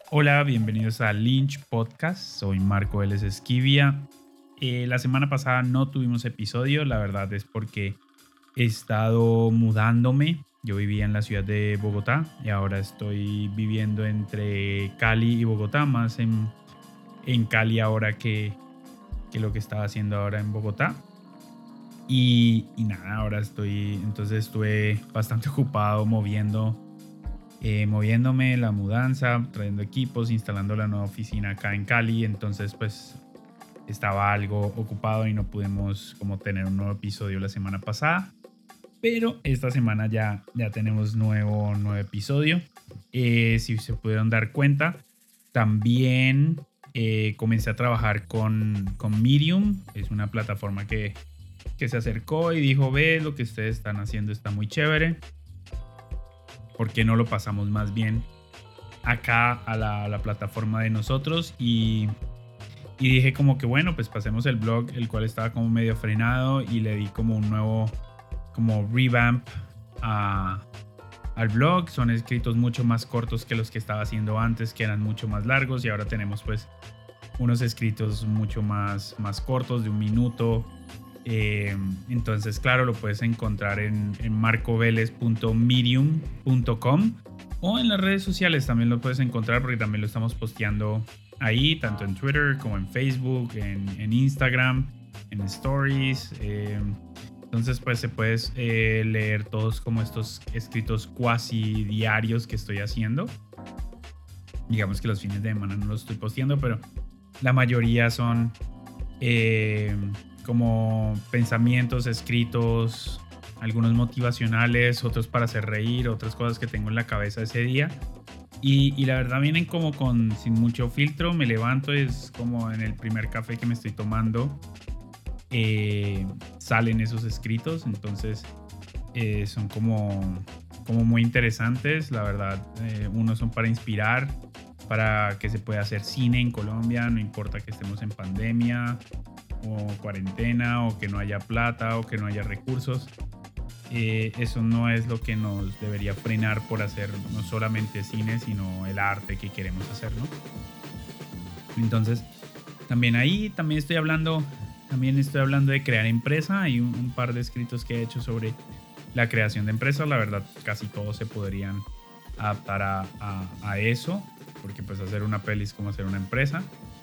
Hola, bienvenidos a Lynch Podcast. Soy Marco Vélez Esquivia. La semana pasada no tuvimos episodio, la verdad es porque he estado mudándome. Yo vivía en la ciudad de Bogotá y ahora estoy viviendo entre Cali y Bogotá, más en Cali ahora que lo que estaba haciendo ahora en Bogotá. Y nada, ahora entonces estuve bastante ocupado moviéndome, la mudanza, trayendo equipos, instalando la nueva oficina acá en Cali. Entonces, pues estaba algo ocupado y no pudimos como tener un nuevo episodio la semana pasada. Pero esta semana ya tenemos nuevo episodio. Si se pudieron dar cuenta, también comencé a trabajar con Medium. Es una plataforma que se acercó y dijo, ve, lo que ustedes están haciendo está muy chévere. ¿Por qué no lo pasamos más bien acá a la plataforma de nosotros? Y dije como que bueno, pues pasemos el blog, el cual estaba como medio frenado, y le di como un nuevo como revamp al blog. Son escritos mucho más cortos que los que estaba haciendo antes, que eran mucho más largos, y ahora tenemos pues unos escritos mucho más cortos, de un minuto. Entonces, claro, lo puedes encontrar en marcoveles.medium.com, o en las redes sociales también lo puedes encontrar, porque también lo estamos posteando ahí, tanto en Twitter como en Facebook, en Instagram, en Stories. Entonces, pues se puedes leer todos como estos escritos cuasi diarios que estoy haciendo. Digamos que los fines de semana no los estoy posteando, pero la mayoría son como pensamientos escritos, algunos motivacionales, otros para hacer reír, otras cosas que tengo en la cabeza ese día. Y la verdad vienen como sin mucho filtro. Me levanto, es como en el primer café que me estoy tomando, salen esos escritos. Entonces son como muy interesantes, la verdad. Unos son para inspirar, para que se pueda hacer cine en Colombia, no importa que estemos en pandemia o cuarentena, o que no haya plata, o que no haya recursos. Eso no es lo que nos debería frenar por hacer no solamente cine, sino el arte que queremos hacer, ¿no? Entonces, también estoy hablando de crear empresa. Hay un par de escritos que he hecho sobre la creación de empresas. La verdad, casi todos se podrían adaptar a eso, porque pues hacer una peli es como hacer una empresa.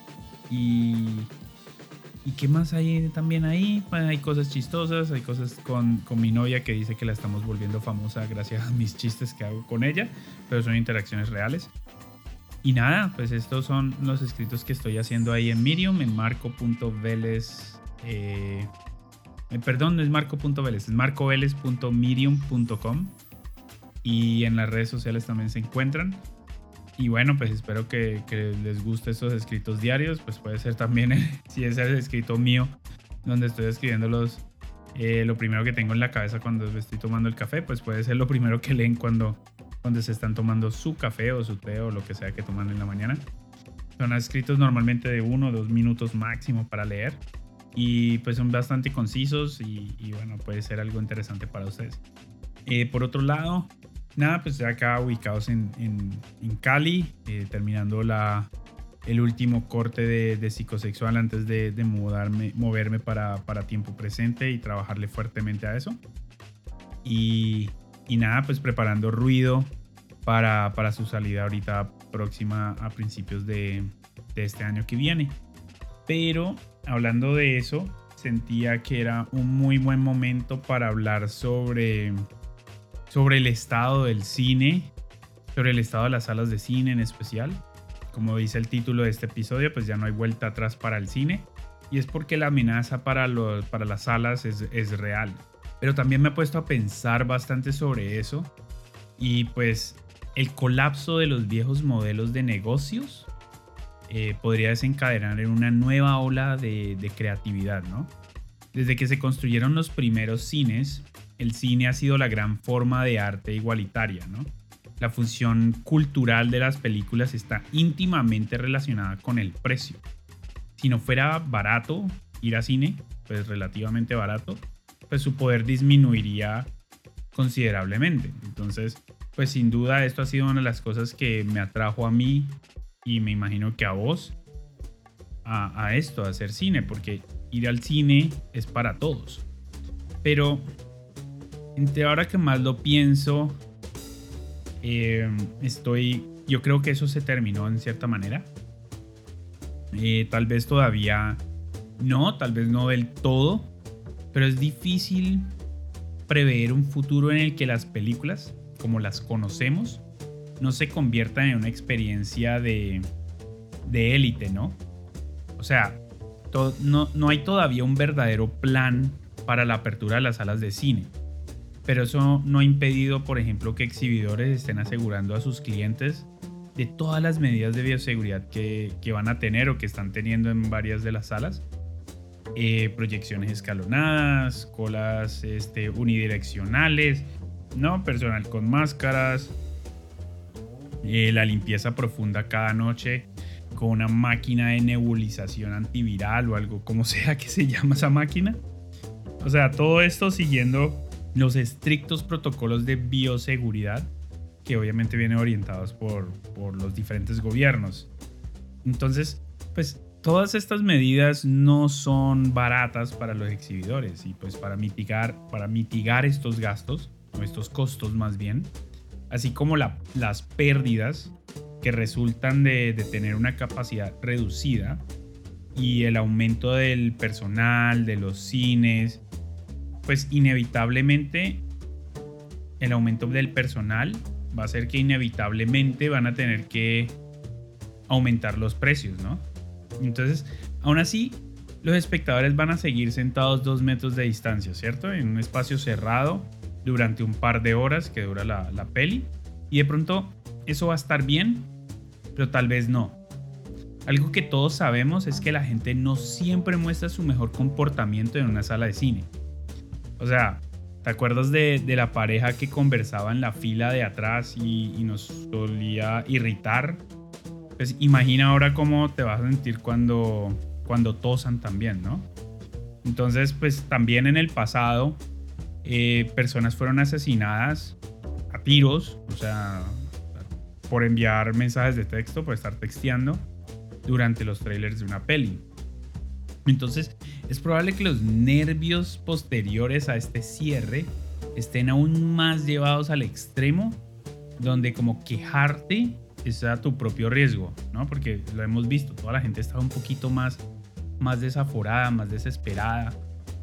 ¿Y qué más hay también ahí? Bueno, hay cosas chistosas, hay cosas con mi novia, que dice que la estamos volviendo famosa gracias a mis chistes que hago con ella, pero son interacciones reales. Y nada, pues estos son los escritos que estoy haciendo ahí en Medium, en marco.veles. Perdón, no es marco.veles, es marcoveles.medium.com. Y en las redes sociales también se encuentran. Y bueno, pues espero que les guste estos escritos diarios. Pues puede ser también, si es el escrito mío, donde estoy escribiendo lo primero que tengo en la cabeza cuando estoy tomando el café, pues puede ser lo primero que leen cuando se están tomando su café o su té o lo que sea que toman en la mañana. Son escritos normalmente de 1 o 2 minutos máximo para leer, y pues son bastante concisos, y bueno, puede ser algo interesante para ustedes. Por otro lado, nada, pues acá ubicados en Cali, terminando el último corte de psicosexual antes de moverme para tiempo presente y trabajarle fuertemente a eso. Y nada, pues preparando ruido para su salida ahorita próxima a principios de este año que viene. Pero hablando de eso, sentía que era un muy buen momento para hablar sobre el estado del cine, sobre el estado de las salas de cine en especial. Como dice el título de este episodio, pues ya no hay vuelta atrás para el cine, y es porque la amenaza para las salas es real. Pero también me he puesto a pensar bastante sobre eso, y pues el colapso de los viejos modelos de negocios podría desencadenar en una nueva ola de creatividad, ¿no? Desde que se construyeron los primeros cines, el cine ha sido la gran forma de arte igualitaria, ¿no? La función cultural de las películas está íntimamente relacionada con el precio. Si no fuera barato ir a cine, pues relativamente barato, pues su poder disminuiría considerablemente. Entonces, pues sin duda esto ha sido una de las cosas que me atrajo a mí y me imagino que a vos, a esto, a hacer cine, porque ir al cine es para todos. Pero entre ahora que más lo pienso, yo creo que eso se terminó en cierta manera. Tal vez todavía no, tal vez no del todo, pero es difícil prever un futuro en el que las películas, como las conocemos, no se conviertan en una experiencia de élite, ¿no? O sea, no hay todavía un verdadero plan para la apertura de las salas de cine. Pero eso no ha impedido, por ejemplo, que exhibidores estén asegurando a sus clientes de todas las medidas de bioseguridad que van a tener o que están teniendo en varias de las salas. Proyecciones escalonadas, colas unidireccionales, ¿no? Personal con máscaras, la limpieza profunda cada noche con una máquina de nebulización antiviral o algo como sea que se llama esa máquina. O sea, todo esto siguiendo los estrictos protocolos de bioseguridad que obviamente vienen orientados por los diferentes gobiernos. Entonces, pues todas estas medidas no son baratas para los exhibidores y pues para mitigar estos gastos, o estos costos más bien, así como las pérdidas que resultan de tener una capacidad reducida y el aumento del personal, de los cines, pues inevitablemente el aumento del personal va a hacer que inevitablemente van a tener que aumentar los precios, ¿no? Entonces, aún así, los espectadores van a seguir sentados 2 metros de distancia, ¿cierto? En un espacio cerrado durante un par de horas que dura la peli. Y de pronto eso va a estar bien, pero tal vez no. Algo que todos sabemos es que la gente no siempre muestra su mejor comportamiento en una sala de cine. O sea, ¿te acuerdas de la pareja que conversaba en la fila de atrás y nos solía irritar? Pues imagina ahora cómo te vas a sentir cuando tosan también, ¿no? Entonces, pues también en el pasado, personas fueron asesinadas a tiros, o sea, por enviar mensajes de texto, por estar texteando durante los trailers de una peli. Entonces, es probable que los nervios posteriores a este cierre estén aún más llevados al extremo, donde como quejarte es a tu propio riesgo, ¿no? Porque lo hemos visto, toda la gente está un poquito más desaforada, más desesperada.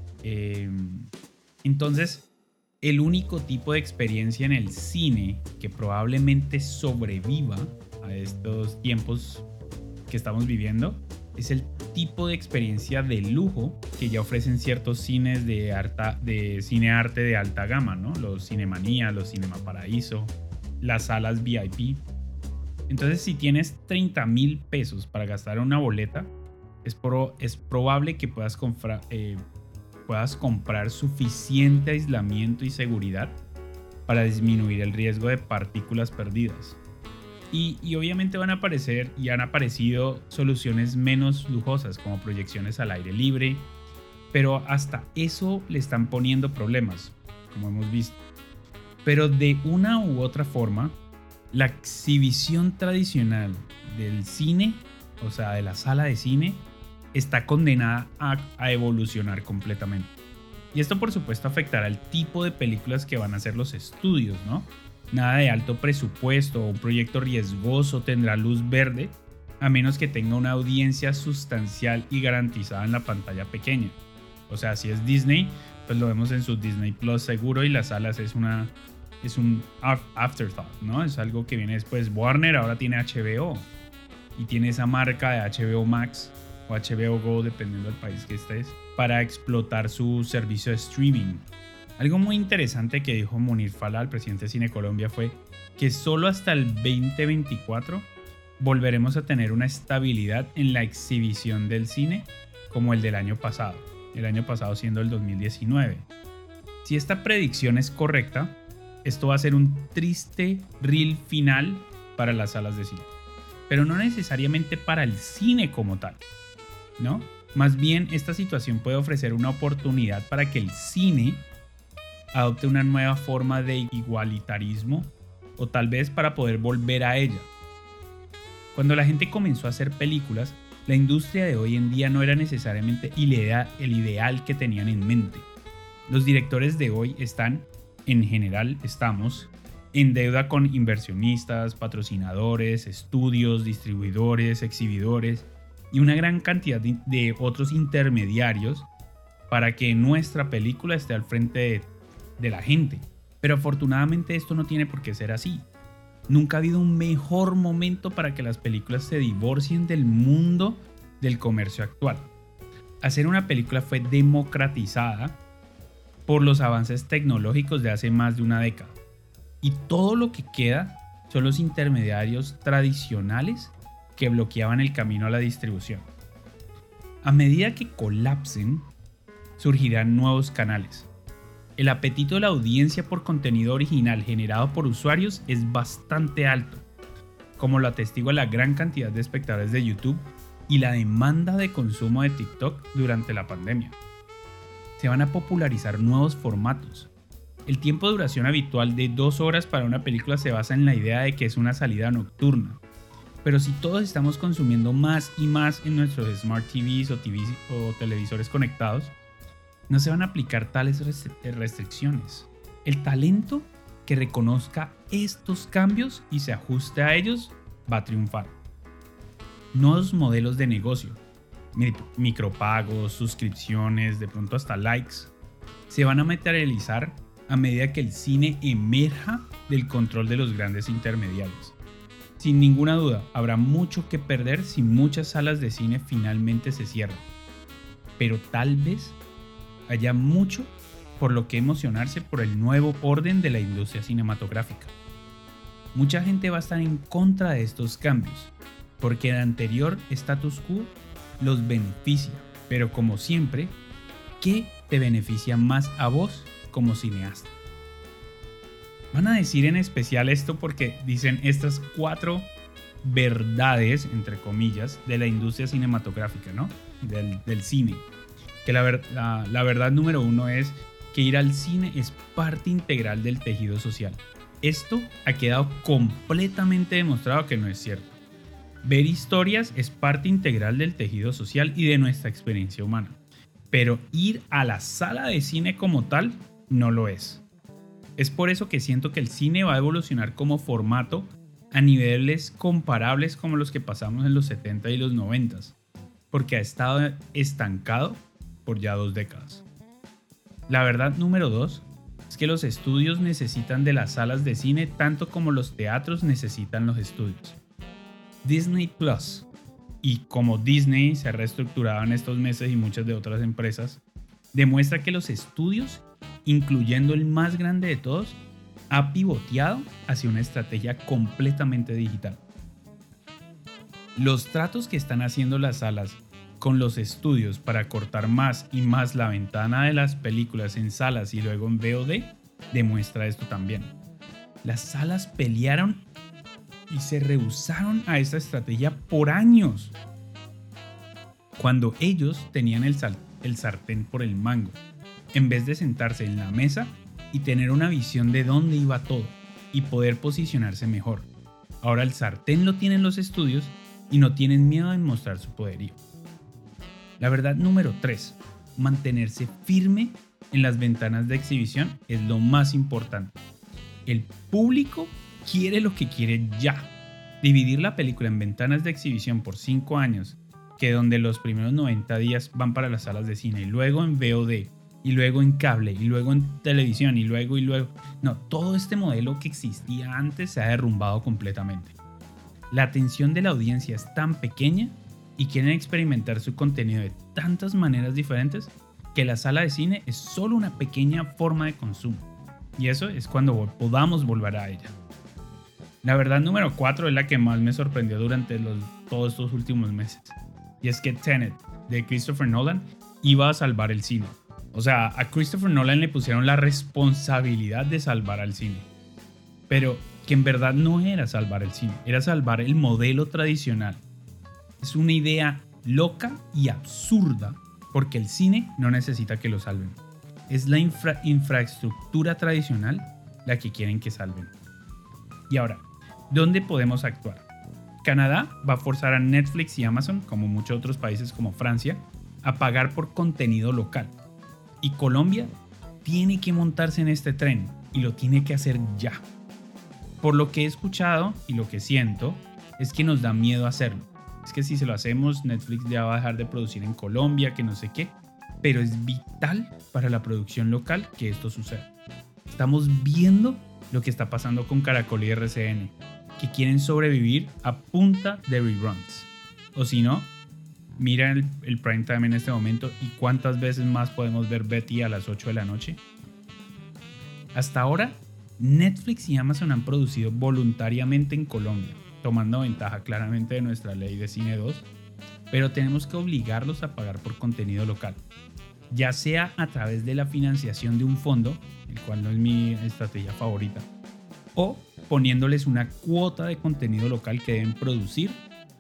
Entonces, el único tipo de experiencia en el cine que probablemente sobreviva a estos tiempos que estamos viviendo es el tipo de experiencia de lujo que ya ofrecen ciertos cines de cine arte de alta gama, ¿no? Los Cinemanía, los Cinema Paraíso, las salas VIP. Entonces, si tienes 30,000 pesos para gastar en una boleta, es probable que puedas comprar suficiente aislamiento y seguridad para disminuir el riesgo de partículas perdidas. Y obviamente van a aparecer y han aparecido soluciones menos lujosas como proyecciones al aire libre, pero hasta eso le están poniendo problemas, como hemos visto. Pero de una u otra forma, la exhibición tradicional del cine, o sea, de la sala de cine, está condenada a evolucionar completamente. Y esto por supuesto afectará el tipo de películas que van a hacer los estudios, ¿no? Nada de alto presupuesto o un proyecto riesgoso tendrá luz verde, a menos que tenga una audiencia sustancial y garantizada en la pantalla pequeña. O sea, si es Disney, pues lo vemos en su Disney Plus seguro, y las salas es un afterthought, ¿no? Es algo que viene después. Warner ahora tiene HBO y tiene esa marca de HBO Max o HBO Go, dependiendo del país que estés, para explotar su servicio de streaming. Algo muy interesante que dijo Munir Fala, el presidente de Cine Colombia, fue que solo hasta el 2024 volveremos a tener una estabilidad en la exhibición del cine como el del año pasado siendo el 2019. Si esta predicción es correcta, esto va a ser un triste reel final para las salas de cine, pero no necesariamente para el cine como tal, ¿no? Más bien, esta situación puede ofrecer una oportunidad para que el cine adopte una nueva forma de igualitarismo, o tal vez para poder volver a ella. Cuando la gente comenzó a hacer películas, la industria de hoy en día no era necesariamente el ideal que tenían en mente. Los directores de hoy estamos en deuda con inversionistas, patrocinadores, estudios, distribuidores, exhibidores y una gran cantidad de otros intermediarios para que nuestra película esté al frente de la gente. Pero afortunadamente esto no tiene por qué ser así. Nunca ha habido un mejor momento para que las películas se divorcien del mundo del comercio actual. Hacer una película fue democratizada por los avances tecnológicos de hace más de una década. Y todo lo que queda son los intermediarios tradicionales que bloqueaban el camino a la distribución. A medida que colapsen, surgirán nuevos canales. El apetito de la audiencia por contenido original generado por usuarios es bastante alto, como lo atestigua la gran cantidad de espectadores de YouTube y la demanda de consumo de TikTok durante la pandemia. Se van a popularizar nuevos formatos. El tiempo de duración habitual de 2 horas para una película se basa en la idea de que es una salida nocturna. Pero si todos estamos consumiendo más y más en nuestros Smart TVs o televisores conectados, no se van a aplicar tales restricciones. El talento que reconozca estos cambios y se ajuste a ellos va a triunfar. Nuevos modelos de negocio, micropagos, suscripciones, de pronto hasta likes, se van a materializar a medida que el cine emerja del control de los grandes intermediarios. Sin ninguna duda, habrá mucho que perder si muchas salas de cine finalmente se cierran. Pero tal vez haya mucho por lo que emocionarse por el nuevo orden de la industria cinematográfica. Mucha gente va a estar en contra de estos cambios, porque el anterior status quo los beneficia, pero como siempre, ¿qué te beneficia más a vos como cineasta? Van a decir en especial esto porque dicen estas 4 verdades, entre comillas, de la industria cinematográfica, ¿no? Del cine. Que la verdad número 1 es que ir al cine es parte integral del tejido social. Esto ha quedado completamente demostrado que no es cierto. Ver historias es parte integral del tejido social y de nuestra experiencia humana. Pero ir a la sala de cine como tal no lo es. Es por eso que siento que el cine va a evolucionar como formato a niveles comparables como los que pasamos en los 70 y los 90, porque ha estado estancado por ya 2 décadas. La verdad número 2 es que los estudios necesitan de las salas de cine tanto como los teatros necesitan los estudios. Disney Plus, y como Disney se ha reestructurado en estos meses y muchas de otras empresas, demuestra que los estudios, incluyendo el más grande de todos, ha pivoteado hacia una estrategia completamente digital. Los tratos que están haciendo las salas con los estudios para cortar más y más la ventana de las películas en salas y luego en VOD demuestra esto también. Las salas pelearon y se rehusaron a esta estrategia por años, cuando ellos tenían el sartén por el mango, en vez de sentarse en la mesa y tener una visión de dónde iba todo y poder posicionarse mejor. Ahora el sartén lo tienen los estudios y no tienen miedo de mostrar su poderío. La verdad número 3, mantenerse firme en las ventanas de exhibición es lo más importante. El público quiere lo que quiere ya. Dividir la película en ventanas de exhibición por 5 años, que donde los primeros 90 días van para las salas de cine y luego en VOD y luego en cable y luego en televisión y luego. No, todo este modelo que existía antes se ha derrumbado completamente. La atención de la audiencia es tan pequeña y quieren experimentar su contenido de tantas maneras diferentes que la sala de cine es solo una pequeña forma de consumo. Y eso es cuando podamos volver a ella. La verdad número 4 es la que más me sorprendió durante todos estos últimos meses. Y es que Tenet, de Christopher Nolan, iba a salvar el cine. O sea, a Christopher Nolan le pusieron la responsabilidad de salvar al cine. Pero que en verdad no era salvar el cine, era salvar el modelo tradicional. Es una idea loca y absurda porque el cine no necesita que lo salven. Es la infraestructura tradicional la que quieren que salven. Y ahora, ¿dónde podemos actuar? Canadá va a forzar a Netflix y Amazon, como muchos otros países como Francia, a pagar por contenido local. Y Colombia tiene que montarse en este tren y lo tiene que hacer ya. Por lo que he escuchado y lo que siento es que nos da miedo hacerlo. Es que si se lo hacemos, Netflix ya va a dejar de producir en Colombia, que no sé qué. Pero es vital para la producción local que esto suceda. Estamos viendo lo que está pasando con Caracol y RCN, que quieren sobrevivir a punta de reruns. O si no, mira el prime time en este momento y cuántas veces más podemos ver Betty a las 8 de la noche. Hasta ahora, Netflix y Amazon han producido voluntariamente en Colombia, tomando ventaja claramente de nuestra ley de Cine 2, pero tenemos que obligarlos a pagar por contenido local, ya sea a través de la financiación de un fondo, el cual no es mi estrategia favorita, o poniéndoles una cuota de contenido local que deben producir,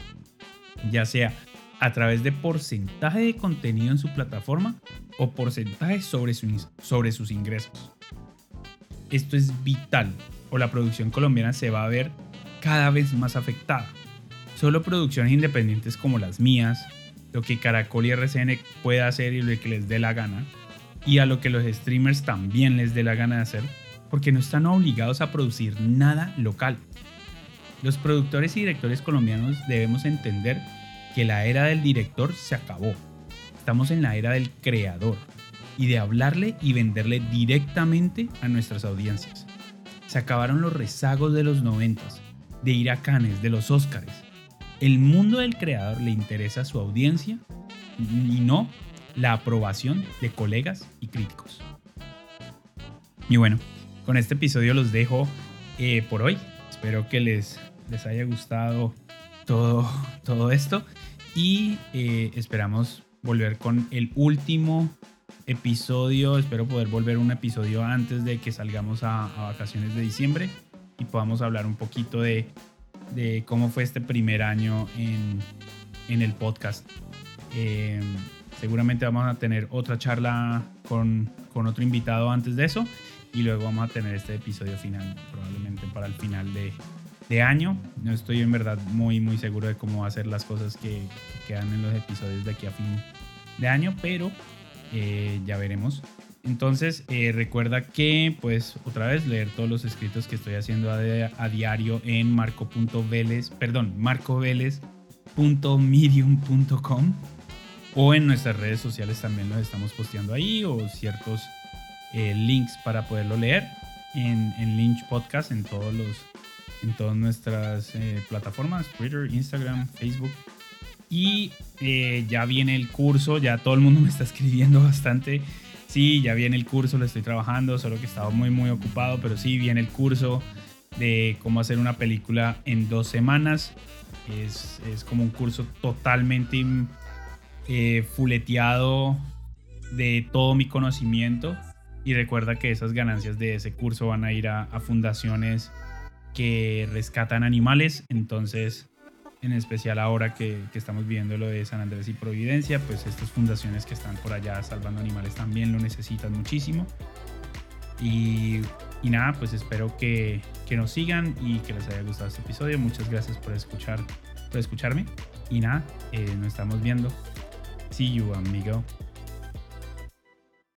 ya sea a través de porcentaje de contenido en su plataforma o porcentaje sobre sus ingresos. Esto es vital, o la producción colombiana se va a ver cada vez más afectada. Solo producciones independientes como las mías, lo que Caracol y RCN pueda hacer y lo que les dé la gana, y a lo que los streamers también les dé la gana de hacer, porque no están obligados a producir nada local. Los productores y directores colombianos debemos entender que la era del director se acabó. Estamos en la era del creador y de hablarle y venderle directamente a nuestras audiencias. Se acabaron los rezagos de los 90s, de ir a Cannes, de los Óscares. El mundo del creador le interesa a su audiencia y no la aprobación de colegas y críticos. Y bueno, con este episodio los dejo por hoy. Espero que les haya gustado todo esto y esperamos volver con el último episodio. Espero poder volver un episodio antes de que salgamos a vacaciones de diciembre y podamos hablar un poquito de cómo fue este primer año en el podcast. Seguramente vamos a tener otra charla con otro invitado antes de eso y luego vamos a tener este episodio final probablemente para el final de año. No estoy en verdad muy seguro de cómo va a ser las cosas que quedan en los episodios de aquí a fin de año, pero ya veremos. Entonces recuerda que pues otra vez leer todos los escritos que estoy haciendo a diario en marcoveles.medium.com o en nuestras redes sociales también los estamos posteando ahí, o ciertos links para poderlo leer en Lynch Podcast en todas nuestras plataformas, Twitter, Instagram, Facebook. Y ya viene el curso, ya todo el mundo me está escribiendo bastante. Sí, ya viene el curso, lo estoy trabajando, solo que estaba muy ocupado, pero sí, viene el curso de cómo hacer una película en 2 semanas. Es como un curso totalmente fuleteado de todo mi conocimiento. Y recuerda que esas ganancias de ese curso van a ir a fundaciones que rescatan animales. Entonces, en especial ahora que estamos viendo lo de San Andrés y Providencia, pues estas fundaciones que están por allá salvando animales también lo necesitan muchísimo. Y nada, pues espero que nos sigan y que les haya gustado este episodio. Muchas gracias por escucharme. Y nada, nos estamos viendo. See you, amigo.